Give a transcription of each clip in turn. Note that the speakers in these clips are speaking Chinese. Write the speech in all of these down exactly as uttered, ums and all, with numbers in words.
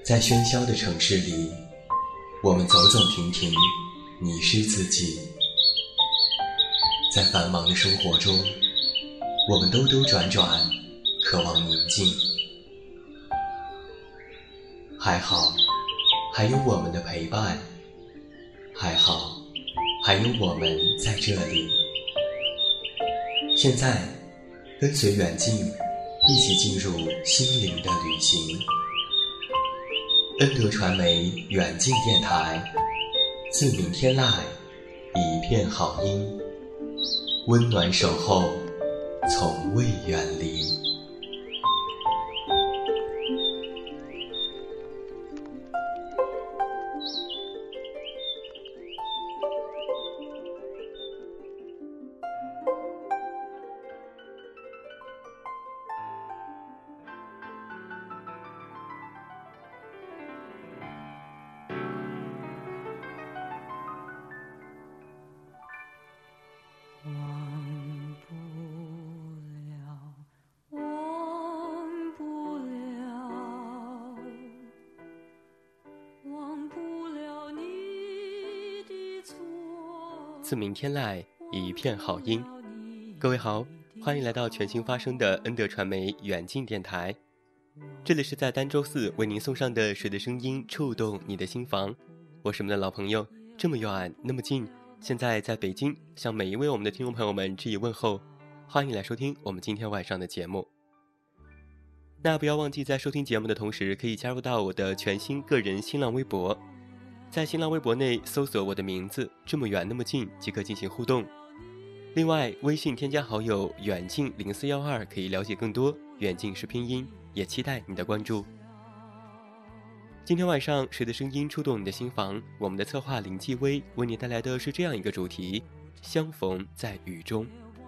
在喧嚣的城市里，我们走走停停，迷失自己。在繁忙的生活中，我们兜兜转转，渴望宁静。还好，还有我们的陪伴，还好，还有我们在这里。现在，跟随远近，一起进入心灵的旅行。恩德传媒远近电台，自明天籁，一片好音，温暖守候，从未远离。自明天籁，一片好音。各位好，欢迎来到全新发声的恩德传媒远近电台。这里是在单周四为您送上的水的声音，触动你的心房。我是我们的老朋友，这么远那么近，现在在北京，向每一位我们的听众朋友们致以问候，欢迎来收听我们今天晚上的节目。那不要忘记在收听节目的同时，可以加入到我的全新个人新浪微博，在新浪微博内搜索我的名字这么远那么近即可进行互动。另外微信添加好友远近零四一二可以了解更多，远近是拼音，也期待你的关注。今天晚上谁的声音触动你的心房，我们的策划林继威为你带来的是这样一个主题：相逢在雨中。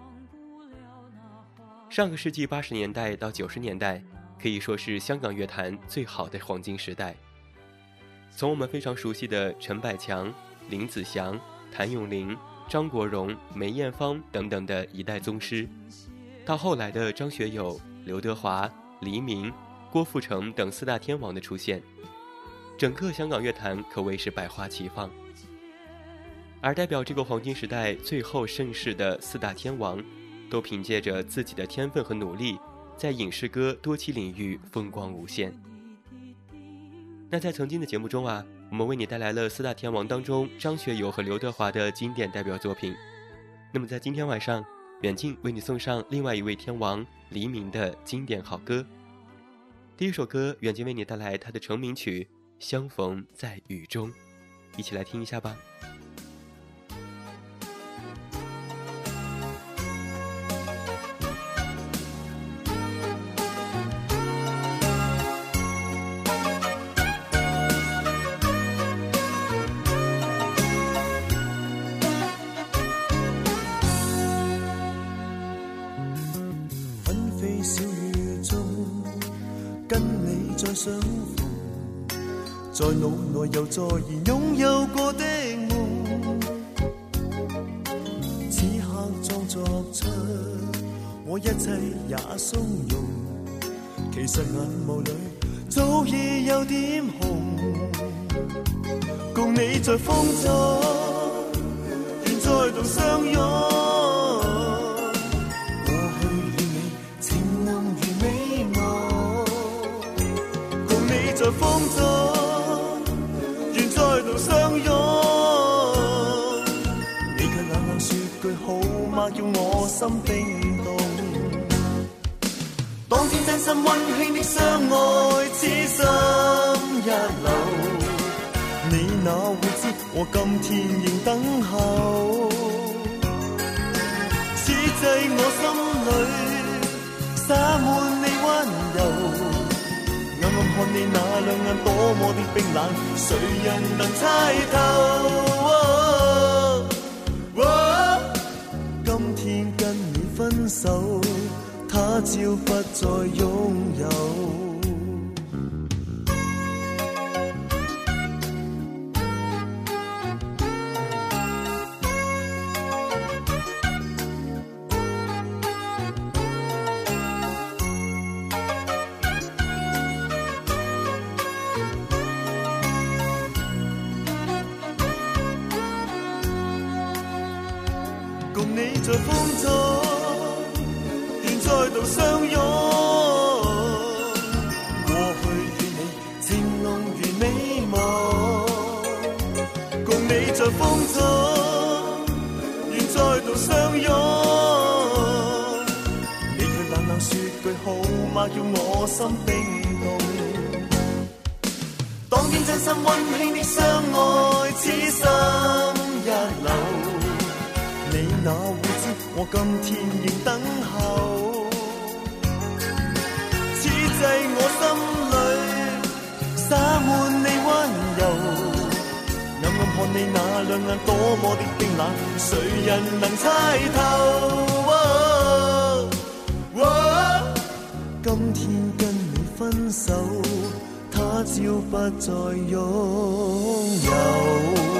上个世纪八十年代到九十年代可以说是香港乐坛最好的黄金时代。从我们非常熟悉的陈百强、林子祥、谭咏麟、张国荣、梅艳芳等等的一代宗师，到后来的张学友、刘德华、黎明、郭富城等四大天王的出现，整个香港乐坛可谓是百花齐放。而代表这个黄金时代最后盛世的四大天王，都凭借着自己的天分和努力，在影视歌多栖领域风光无限。那在曾经的节目中啊，我们为你带来了四大天王当中张学友和刘德华的经典代表作品。那么在今天晚上，远近为你送上另外一位天王黎明的经典好歌。第一首歌，远近为你带来他的成名曲《相逢在雨中》，一起来听一下吧。 相逢，在腦內又再現擁有過的夢，此刻裝作出我一切也鬆容，其實眼眸裏早已有點紅，共你在風中願再度相擁，在風中願再度相擁，你卻冷冷說句好嗎，叫我心冰凍。當天真心溫馨的相愛，痴心一縷，你哪會知我今天仍等候，此際我心裡灑滿你溫柔，暗暗看你那兩眼多麼的冰冷，誰人能猜透、哦哦、今天跟你分手，他朝不再擁有。 共你在風中，願再度相擁。過去與你漸濃如美夢，共你在風中，願再度相擁。你卻冷冷說句好嗎，叫我心冰凍。當天真心溫馨的相愛，此心一流。你哪會知我今天仍等候？此際我心裏灑滿你溫柔，暗暗看你那兩眼多麼的冰冷，誰人能猜透？哦哦、今天跟你分手，他朝不再擁有。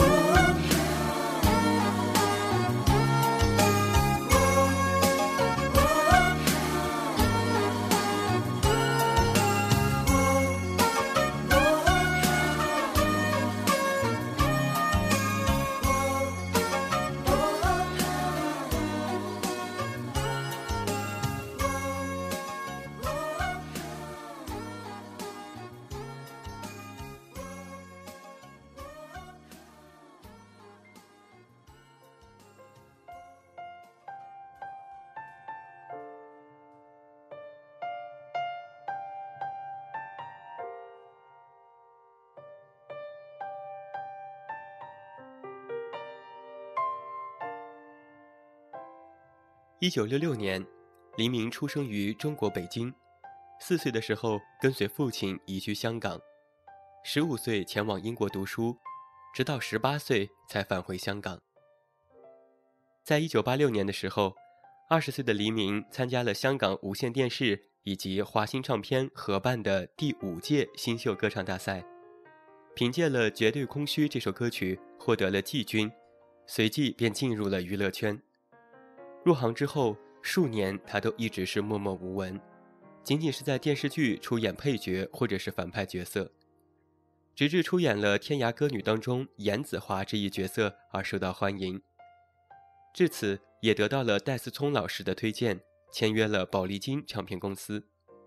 一九六六年，黎明出生于中国北京。四岁的时候，跟随父亲移居香港。十五岁前往英国读书，直到十八岁才返回香港。在一九八六年的时候，二十岁的黎明参加了香港无线电视以及华星唱片合办的第五届新秀歌唱大赛，凭借了《绝对空虚》这首歌曲获得了季军，随即便进入了娱乐圈。入行之后数年，他都一直是默默无闻，仅仅是在电视剧出演配角或者是反派角色，直至出演了《天涯歌女》当中严子华这一角色而受到欢迎。至此也得到了戴思聪老师的推荐，签约了宝丽金唱片公司。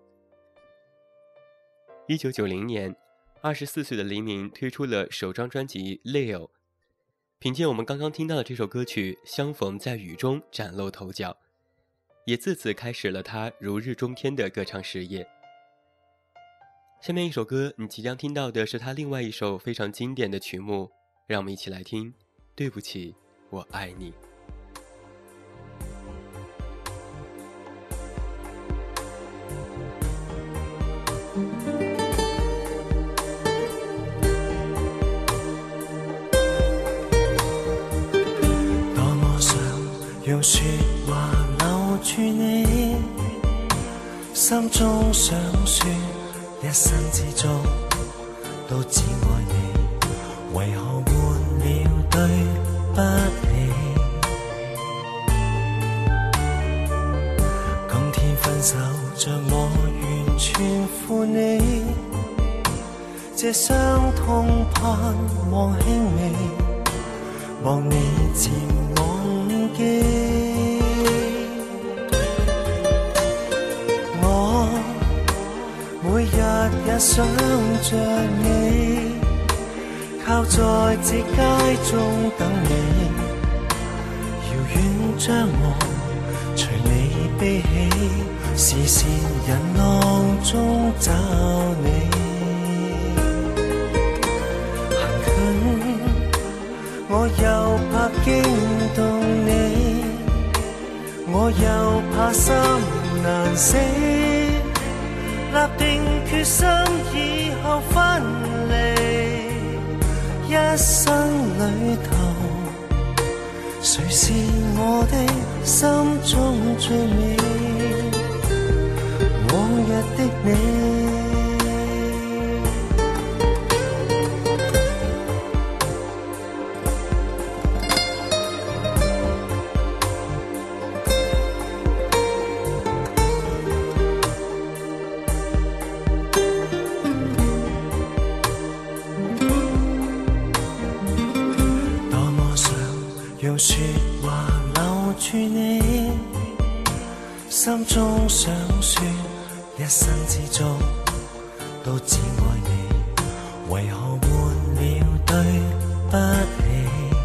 一九九零年，二十四岁的黎明推出了首张专辑《Leo》，凭借我们刚刚听到的这首歌曲《相逢在雨中》崭露头角，也自此开始了他如日中天的歌唱事业。下面一首歌你即将听到的是他另外一首非常经典的曲目，让我们一起来听《对不起，我爱你》。 用說話留住你，心中想說一生之中都只愛你，為何換了對不起？今天分手像我完全負你，這傷痛盼望輕微，望你漸忘記。每日也想着你，靠在這街中等你，遙遠將我隨你背起，視線人浪中找你。行近我又怕驚動你，我又怕心難死，立定決心以後分離，一生裏頭誰是我的心中最美，往日的你。用說說話留住你，心中想說一生之中都只愛你，為何換了對不起？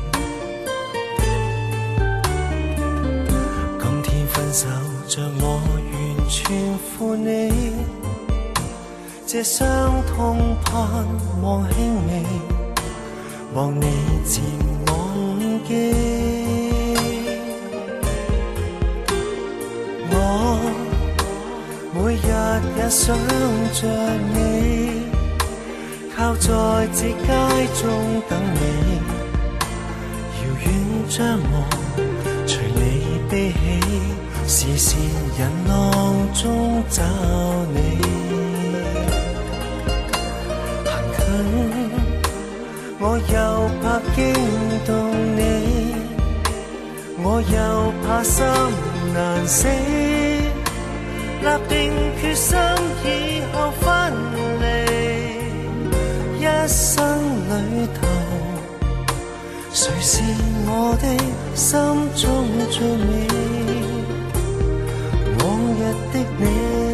今天分手着我完全負你，這傷痛盼望輕微，望你漸忘記。我每日也想着你，靠在這街中等你，遙遠將我隨你背起，視線人浪中找你。行近我又怕驚動你，我又怕心難死，立定決心以後分離，一生裏頭誰是我的心中最美，往日的你。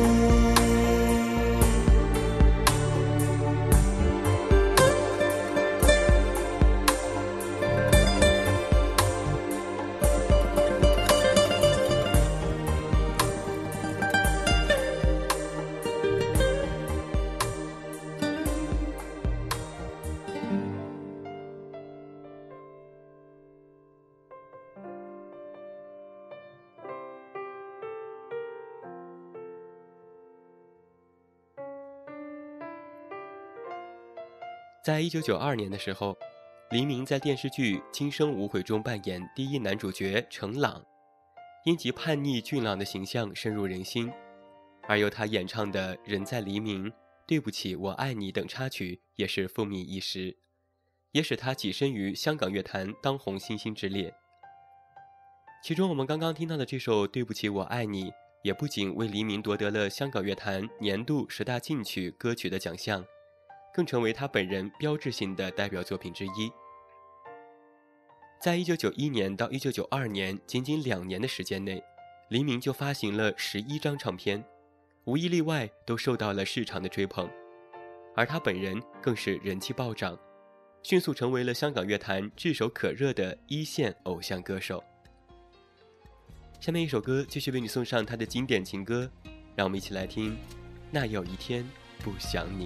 在一九九二年的时候，黎明在电视剧《今生无悔》中扮演第一男主角程朗，因其叛逆俊朗的形象深入人心，而由他演唱的《人在黎明》、《对不起我爱你》等插曲也是风靡一时，也使他跻身于香港乐坛当红新星之列。其中我们刚刚听到的这首《对不起我爱你》，也不仅为黎明夺得了香港乐坛年度十大金曲歌曲的奖项，更成为他本人标志性的代表作品之一。在一九九一年到一九九二年仅仅两年的时间内，黎明就发行了十一张唱片，无一例外都受到了市场的追捧，而他本人更是人气暴涨，迅速成为了香港乐坛炙手可热的一线偶像歌手。下面一首歌继续为你送上他的经典情歌，让我们一起来听《那有一天不想你》。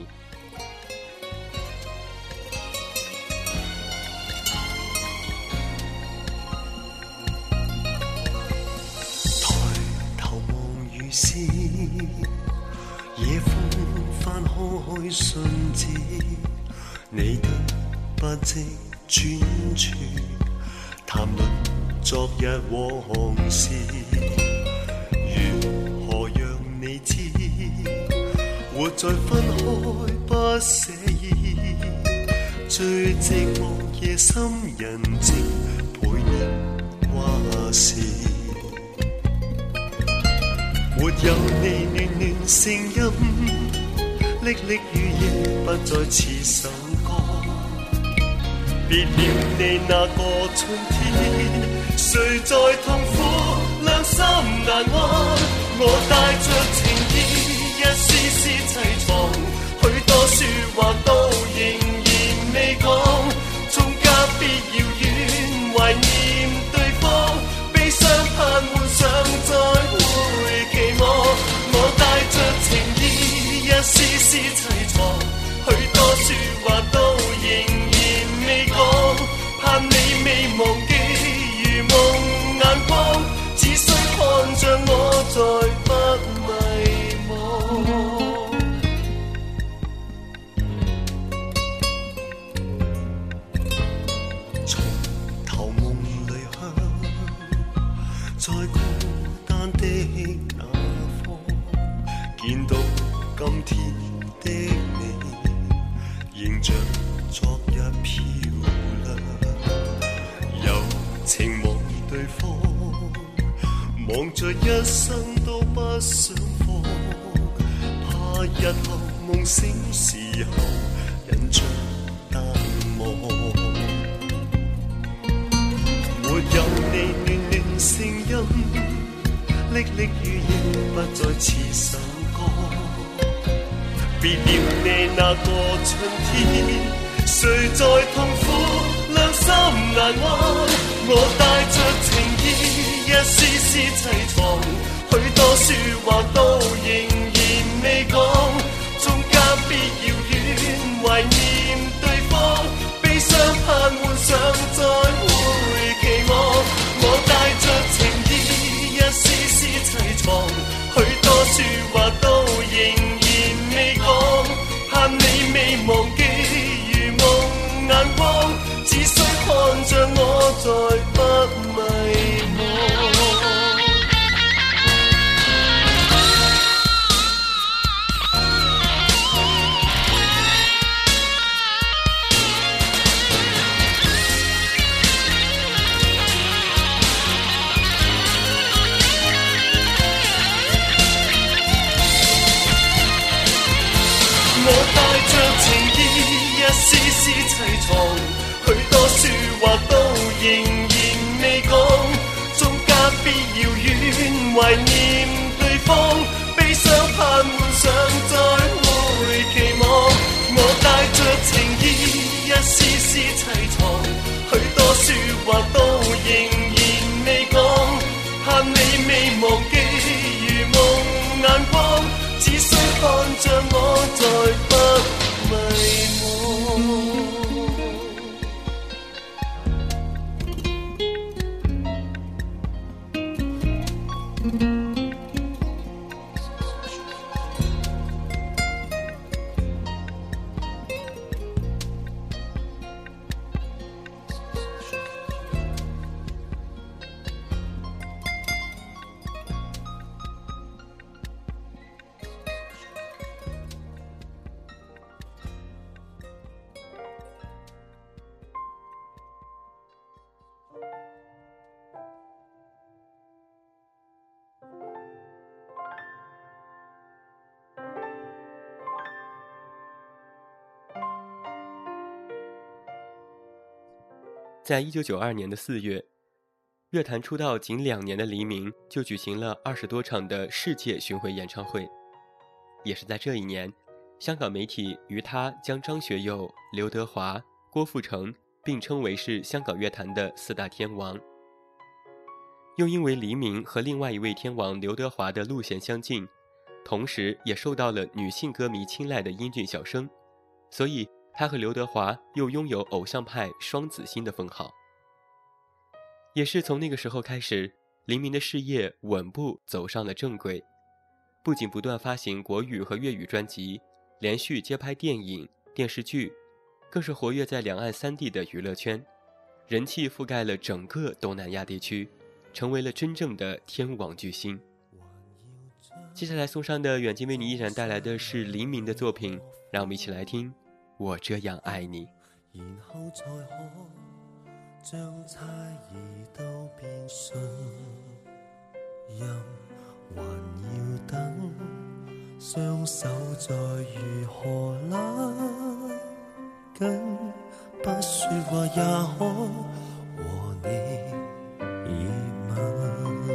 是夜風翻開信紙，你的不羈專注談論昨日往事，如何讓你知活在分開不捨意，最寂寞夜深人靜陪你話事，沒有你暖暖聲音，淅瀝雨夜不再似首歌，別了你那個春天，誰在痛苦良心難安，我帶着情意一絲絲悽藏，許多說話都仍然未講，縱加必要遠懷念對方，悲傷盼換上再會期望，我帶着情意一絲絲悽藏，許多說話都仍然未講，盼你未忘記如夢眼光，只需看着我再不迷惘。從頭夢裏向在孤單的那方，見到今天的你，仍像昨日漂亮，有情望對方，望着一生都不想放，怕日後夢醒時候印象淡忘，沒有的雨亦不再似首歌。別了你那個春天，誰在痛苦良心難忘？我帶着情意，一絲絲凄愴，許多說話都仍然未講，中間必遙遠懷念對方，悲傷盼幻想再會期望。我帶着情意，一絲絲凄愴，許多說話都仍然未講，盼你未忘記如夢眼光，只需看着我再不迷惘。我帶着情意，一絲絲凄愴，許多說話都仍然未講，中間必遙遠懷念對方，悲傷盼幻想再會期望。我帶着情意，一絲絲凄愴，許多說話都仍然未講，盼你未忘記如夢眼光，只需看着我再不迷惘。 在一九九二年的四月，乐坛出道仅两年的黎明就举行了二十多场的世界巡回演唱会。也是在这一年，香港媒体与他将张学友、刘德华、郭富城并称为是香港乐坛的四大天王。又因为黎明和另外一位天王刘德华的路线相近，同时也受到了女性歌迷青睐的英俊小生，所以他和刘德华又拥有偶像派双子星的封号。也是从那个时候开始，黎明的事业稳步走上了正轨，不仅不断发行国语和粤语专辑，连续接拍电影、电视剧，更是活跃在两岸三地的娱乐圈，人气覆盖了整个东南亚地区，成为了真正的天王巨星。接下来送上的远近为你依然带来的是黎明的作品，让我们一起来听我这样爱你。 然後才可將猜疑都變信任，還要等雙手再如何拉緊，不說話也可和你熱吻，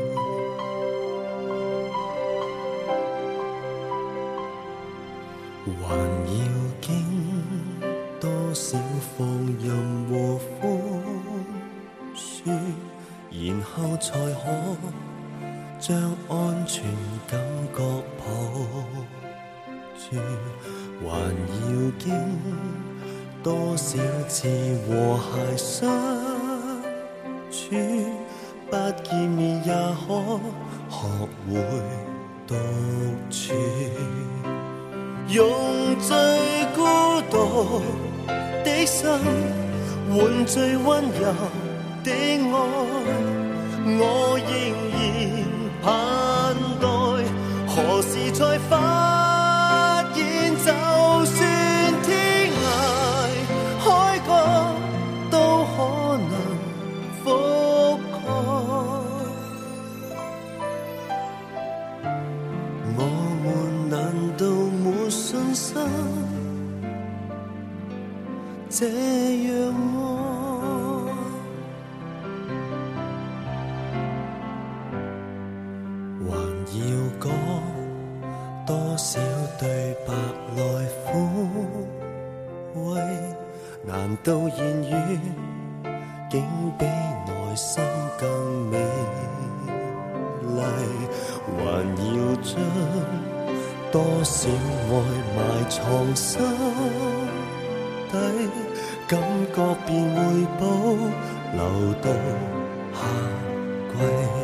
還要經多少放任和寬恕，然後才可將安全感覺抱住，還要經多少次和諧相處，不見面也可學會獨處，用最孤獨的心換最溫柔的愛，我仍然盼待，何時才發現就算天涯海角都可能覆蓋，我們難道沒信心這樣愛？還要講多少對白來撫慰？難道言語竟比內心更美麗？還要將多少愛埋藏心底，感覺便會保留到夏季。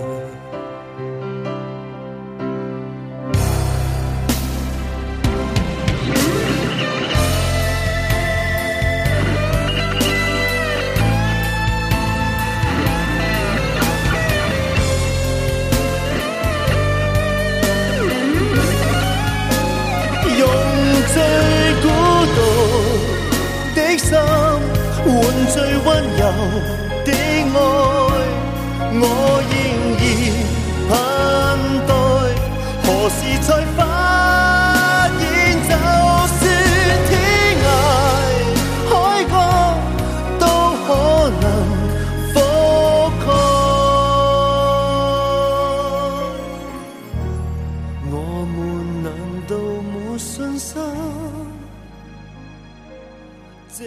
換最溫柔的愛，我仍然盼待，何時才發現，就算天涯海角都可能覆蓋。我們難道沒信心？這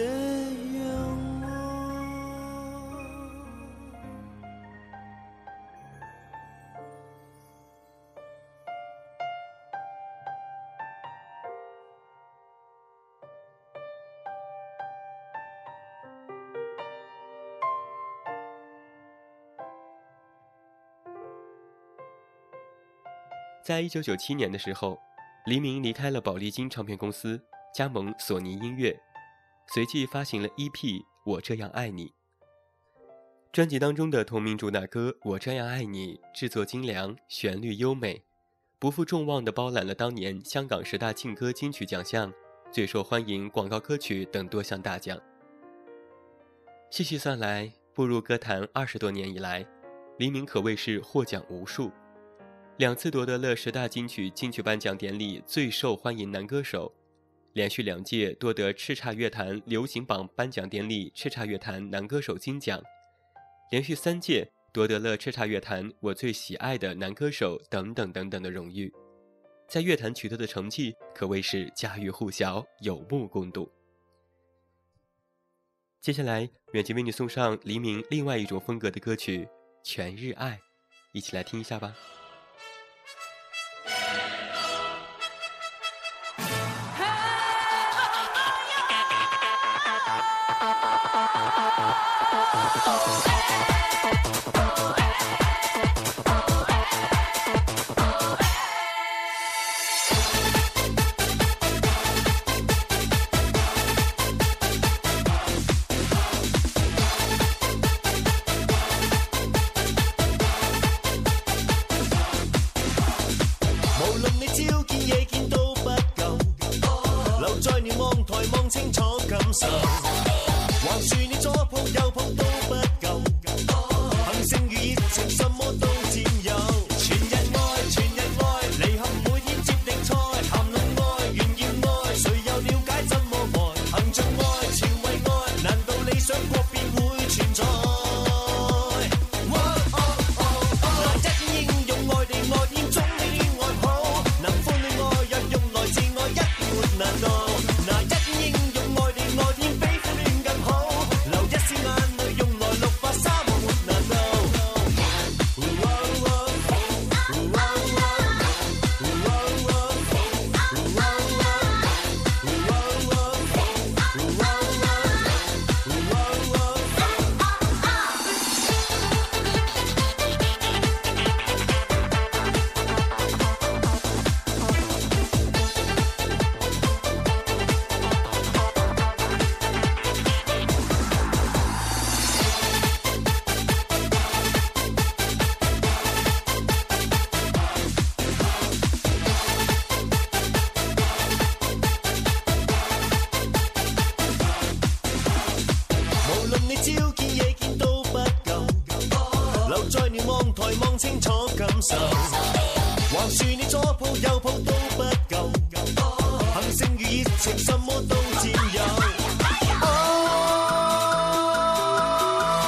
在一九九七年的时候，黎明离开了宝丽金唱片公司，加盟索尼音乐，随即发行了 E P《我这样爱你》。专辑当中的同名主打歌《我这样爱你》制作精良，旋律优美，不负众望地包揽了当年香港十大劲歌金曲奖项、最受欢迎广告歌曲等多项大奖。细细算来，步入歌坛二十多年以来，黎明可谓是获奖无数。两次夺得了十大金曲金曲颁奖典礼最受欢迎男歌手，连续两届夺得叱咤乐坛流行榜颁奖典礼叱咤乐坛男歌手金奖，连续三届夺得了叱咤乐坛我最喜爱的男歌手等等等等的荣誉，在乐坛取得的成绩可谓是家喻户晓，有目共睹。接下来远近为你送上黎明另外一种风格的歌曲《全日爱》，一起来听一下吧。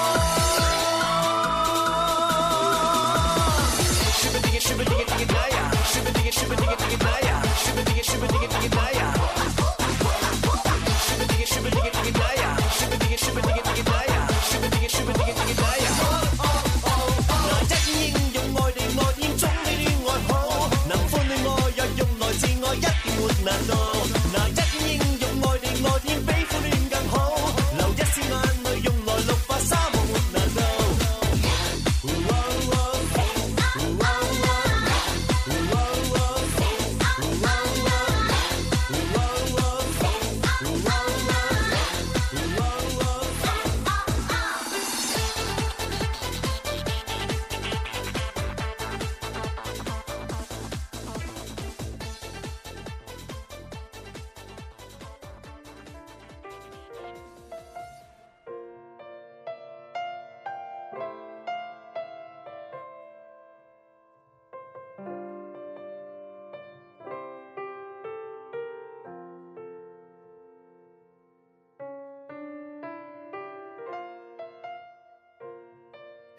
Shiver diggy, shiver diggy, diggy,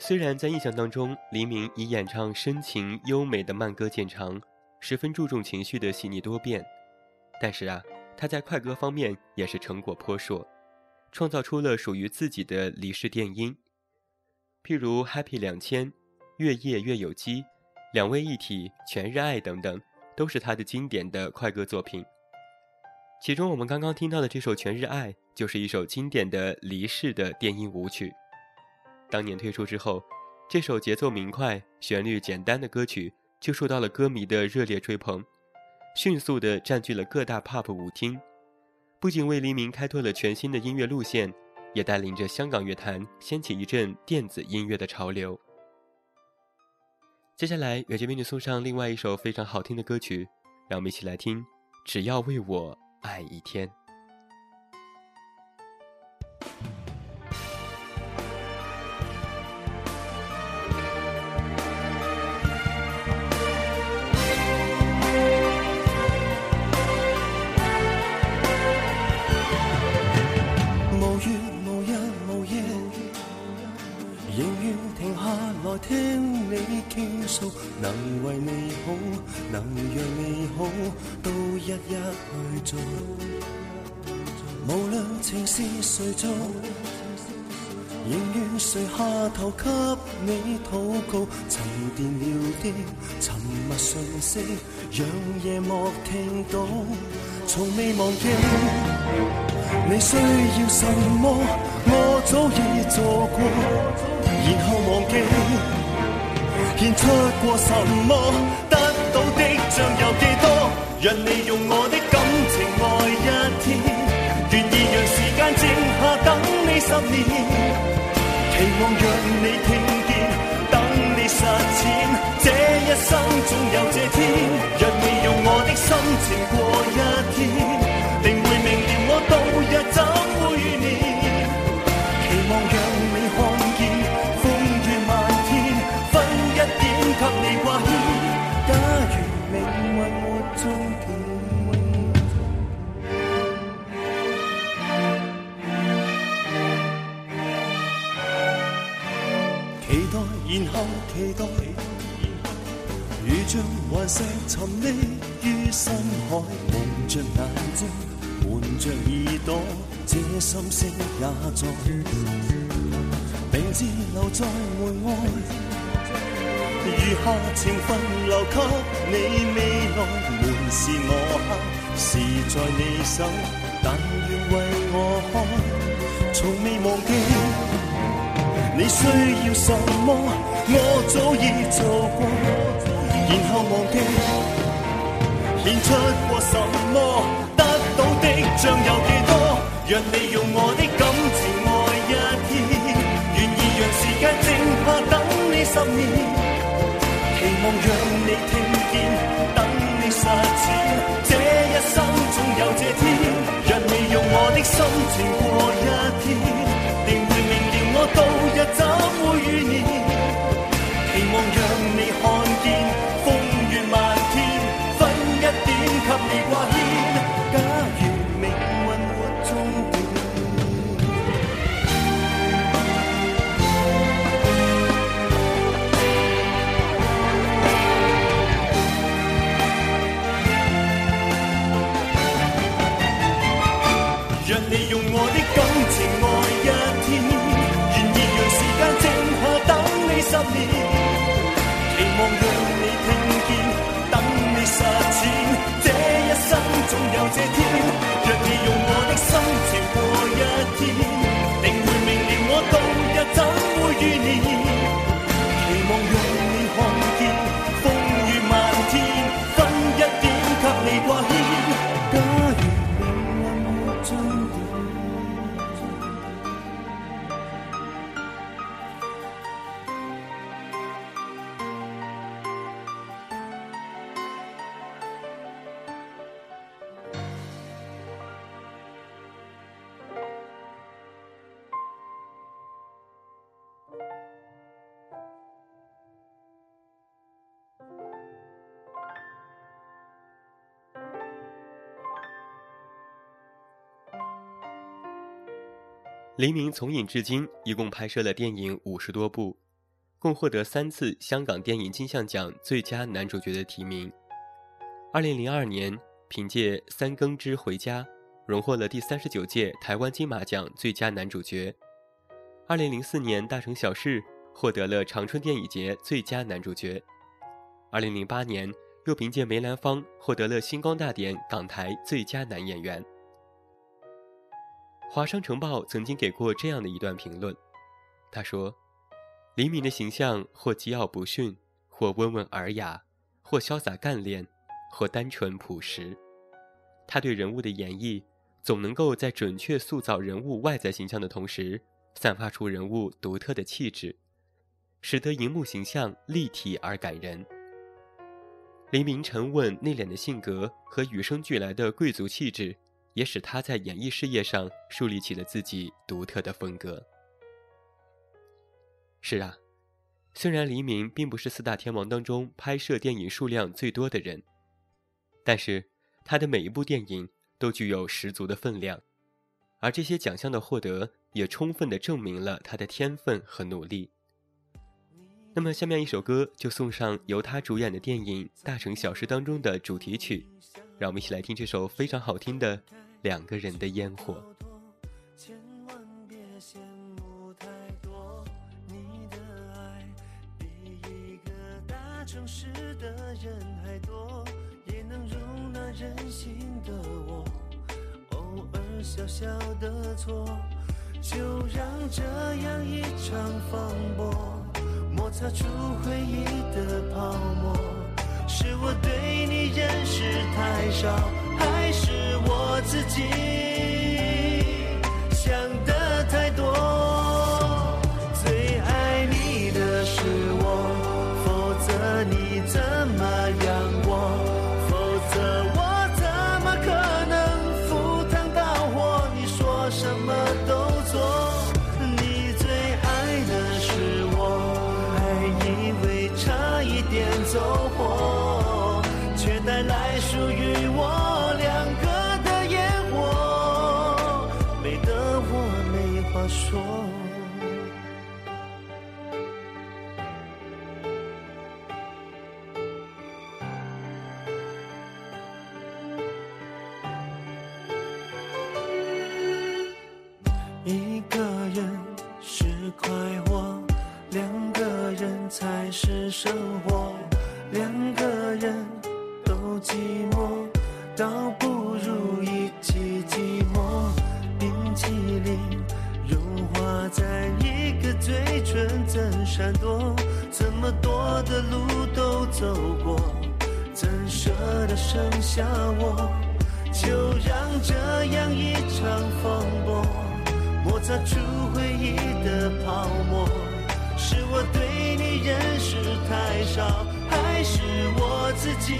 虽然在印象当中，黎明以演唱深情优美的慢歌见长，十分注重情绪的细腻多变，但是啊，他在快歌方面也是成果颇硕，创造出了属于自己的离式电音，譬如 Happy 两千、月夜月有机、两位一体、全日爱等等，都是他的经典的快歌作品。其中我们刚刚听到的这首全日爱，就是一首经典的离式的电音舞曲。当年推出之后，这首节奏明快、旋律简单的歌曲就受到了歌迷的热烈追捧，迅速地占据了各大 pub 舞厅，不仅为黎明开拓了全新的音乐路线，也带领着香港乐坛掀起一阵电子音乐的潮流。接下来远距为你送上另外一首非常好听的歌曲，让我们一起来听《只要为我爱一天》。 聽你傾訴，能為你好，能讓你好，都一一去做。無論情是誰做，仍願垂下頭給你禱告。沉澱了的沉默訊息，讓夜幕聽到，從未忘記你需要什麼，我早已做過。然後忘記獻出過什麼，得到的將有幾多，讓你用我的感情愛一天，願意讓時間靜下等你十年，期望讓你聽見，等你實踐，這一生總有這天，讓你用我的心情過一天，定會明了我度日怎會遇年，期望讓你看給你掛牽，假如命運沒終點，期待然後期待，如像頑石沉溺於深海，蒙着眼睛，瞞着耳朵，這心聲也在，名字留在門外。餘下情分留給你未來，門是我敲，是在你手，但願為我開，從未忘記你需要什麼，我早已做過，然後忘記獻出過什麼，得到的將有幾多，讓你用我的感情愛一天，願意讓時間靜下等你十年，期望讓你聽見，等你實踐，這一生總有這天，讓你用我的心情過一天，定會明了我度日怎會遇年，期望讓你看見，風雨漫天，分一點給你掛牽，假如命運沒終點。讓你用我的感情愛一天，願意讓時間靜下等你十年，期望讓你聽見，等你實踐，這一生總有這天，讓你用我的心情過一天，定會明了我度日怎會遇年，期望讓你看見，風雨漫天，分一點給你掛牽，假如黎明从影至今一共拍摄了电影五十多部， 共获得三次香港电影金像奖最佳男主角的提名。二零零二年，凭借《三更之回家》荣获了第三十九届台湾金马奖最佳男主角。二零零四年，《大城小事》获得了长春电影节最佳男主角。二零零八年，又凭借梅兰芳获得了星光大典港台最佳男演员。华商城报曾经给过这样的一段评论，他说，黎明的形象或桀骜不驯，或温文尔雅，或潇洒干练，或单纯朴实。他对人物的演绎总能够在准确塑造人物外在形象的同时，散发出人物独特的气质，使得荧幕形象立体而感人。黎明沉稳内敛的性格和与生俱来的贵族气质，也使他在演艺事业上树立起了自己独特的风格。是啊，虽然黎明并不是四大天王当中拍摄电影数量最多的人，但是他的每一部电影都具有十足的分量，而这些奖项的获得也充分地证明了他的天分和努力。那么下面一首歌就送上由他主演的电影《大城小事》当中的主题曲，让我们一起来听这首非常好听的《两个人的烟火》。 千万别羡慕太多，你的爱比一个大城市的人还多，也能容纳任性的我，偶尔小小的错，就让这样一场风波摩擦出回忆的泡沫。是我对你认识太少，还是我自己想的太多？最爱你的是我，否则你怎么养我？否则我怎么可能赴汤蹈火？你说什么都做，你最爱的是我，还以为差一点走火，却带来属于我两个的烟火，美得我没话说。一个人是快活，两个人才是生活，两个人都寂寞，倒不如一起寂寞。冰淇淋融化在一个嘴唇怎闪躲，这么多的路都走过，怎舍得剩下我？就让这样一场风波摩擦出回忆的泡沫。是我对你认识太少，还是我自己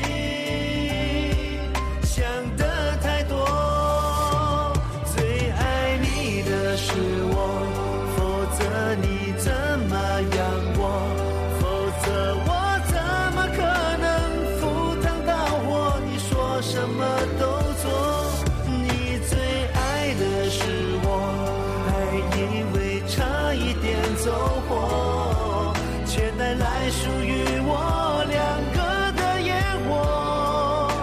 想的太多？最爱你的是我，否则你怎么养我？否则我怎么可能赴汤蹈火？你说什么都做，你最爱的是我，还以为差一点走火，却带来属于我两个的烟火，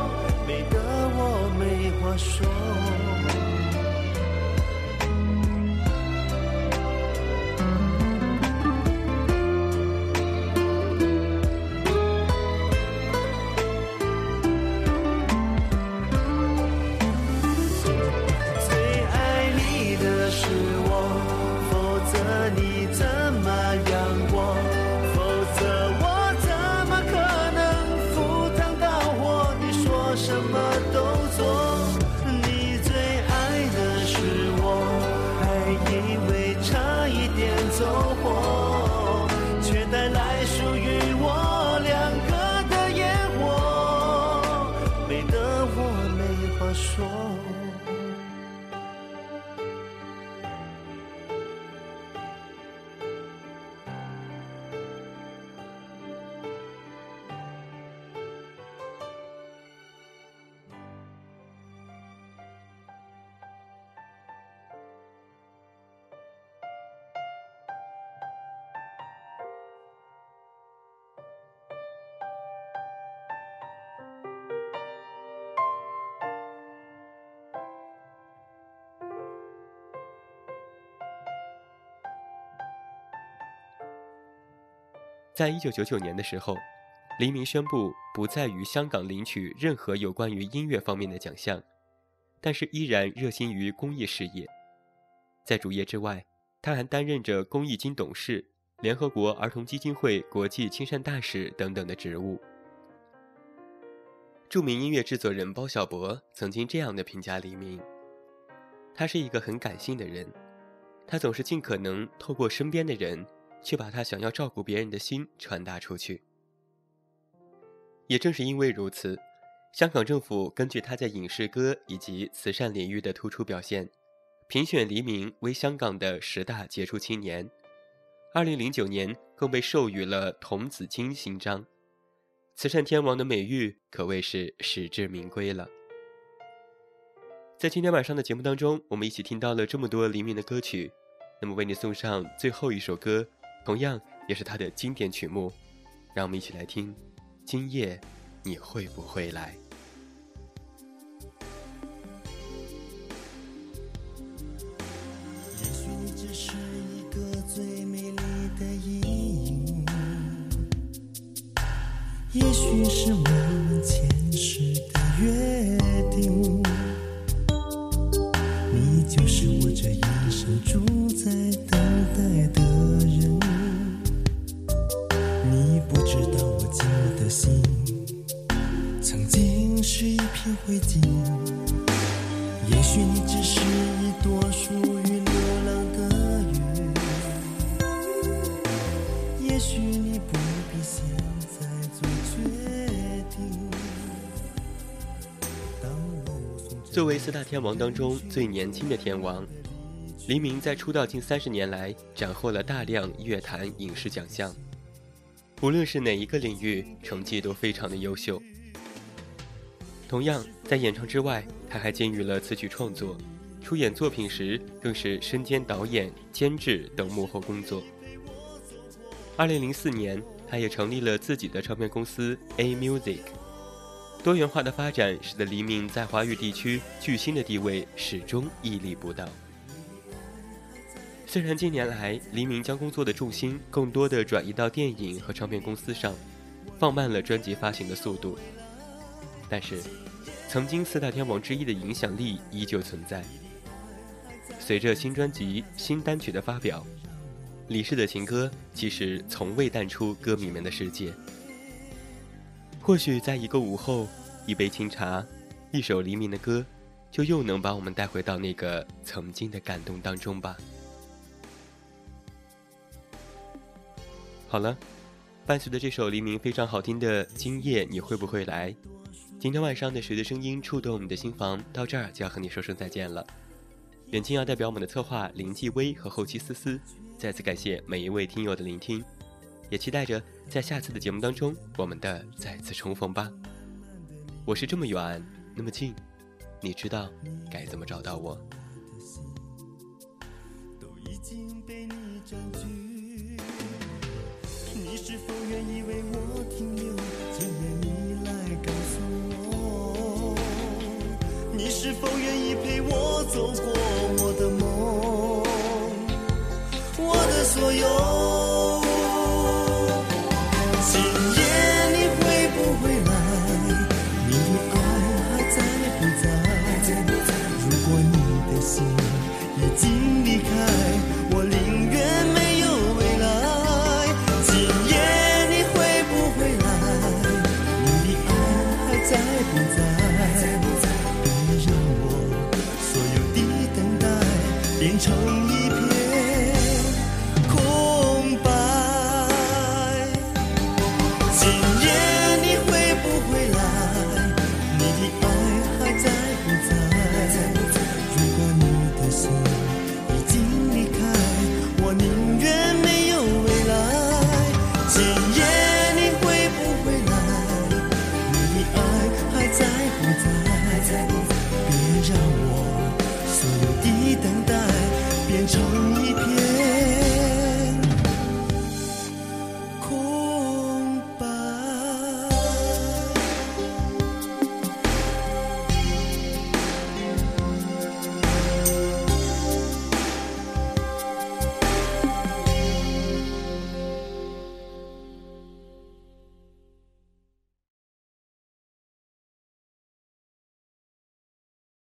在一九九九年的时候，黎明宣布不再于香港领取任何有关于音乐方面的奖项，但是依然热心于公益事业。在主业之外，他还担任着公益金董事、联合国儿童基金会国际亲善大使等等的职务。著名音乐制作人包小柏曾经这样的评价黎明：他是一个很感性的人，他总是尽可能透过身边的人去把他想要照顾别人的心传达出去。也正是因为如此，香港政府根据他在影视歌以及慈善领域的突出表现，评选黎明为香港的十大杰出青年。二零零九年更被授予了童子军勋章，慈善天王的美誉可谓是实至名归了。在今天晚上的节目当中，我们一起听到了这么多黎明的歌曲，那么为你送上最后一首歌，同样也是他的经典曲目，让我们一起来听《今夜你会不会来》。 也许你只是一个最美丽的阴影，也许是我们前世的约定，你就是我这一生住在等待的人，你不知道我寂寞的心曾经是一片灰烬，也许你只是一朵属于流浪的云，也许你不必现在做决定。 作为四大天王当中最年轻的天王，黎明在出道近三十年来斩获了大量乐坛影视奖项，无论是哪一个领域，成绩都非常的优秀。同样，在演唱之外，他还兼予了词曲创作，出演作品时更是身兼导演、监制等幕后工作。二零零四年，他也成立了自己的唱片公司 A Music。多元化的发展使得黎明在华语地区巨星的地位始终屹立不倒。虽然近年来黎明将工作的重心更多地转移到电影和唱片公司上，放慢了专辑发行的速度，但是曾经四大天王之一的影响力依旧存在。随着新专辑、新单曲的发表，李氏的情歌其实从未淡出歌迷们的世界。或许在一个午后，一杯清茶，一首黎明的歌，就又能把我们带回到那个曾经的感动当中吧。好了，伴随着这首黎明非常好听的《今夜你会不会来》，今天晚上的谁的声音触动你的心房到这儿就要和你说声再见了。远近要代表我们的策划林继威和后期思思，再次感谢每一位听友的聆听，也期待着在下次的节目当中我们的再次重逢吧。我是这么远那么近，你知道该怎么找到我。 都已经被你占据，你是否愿意为我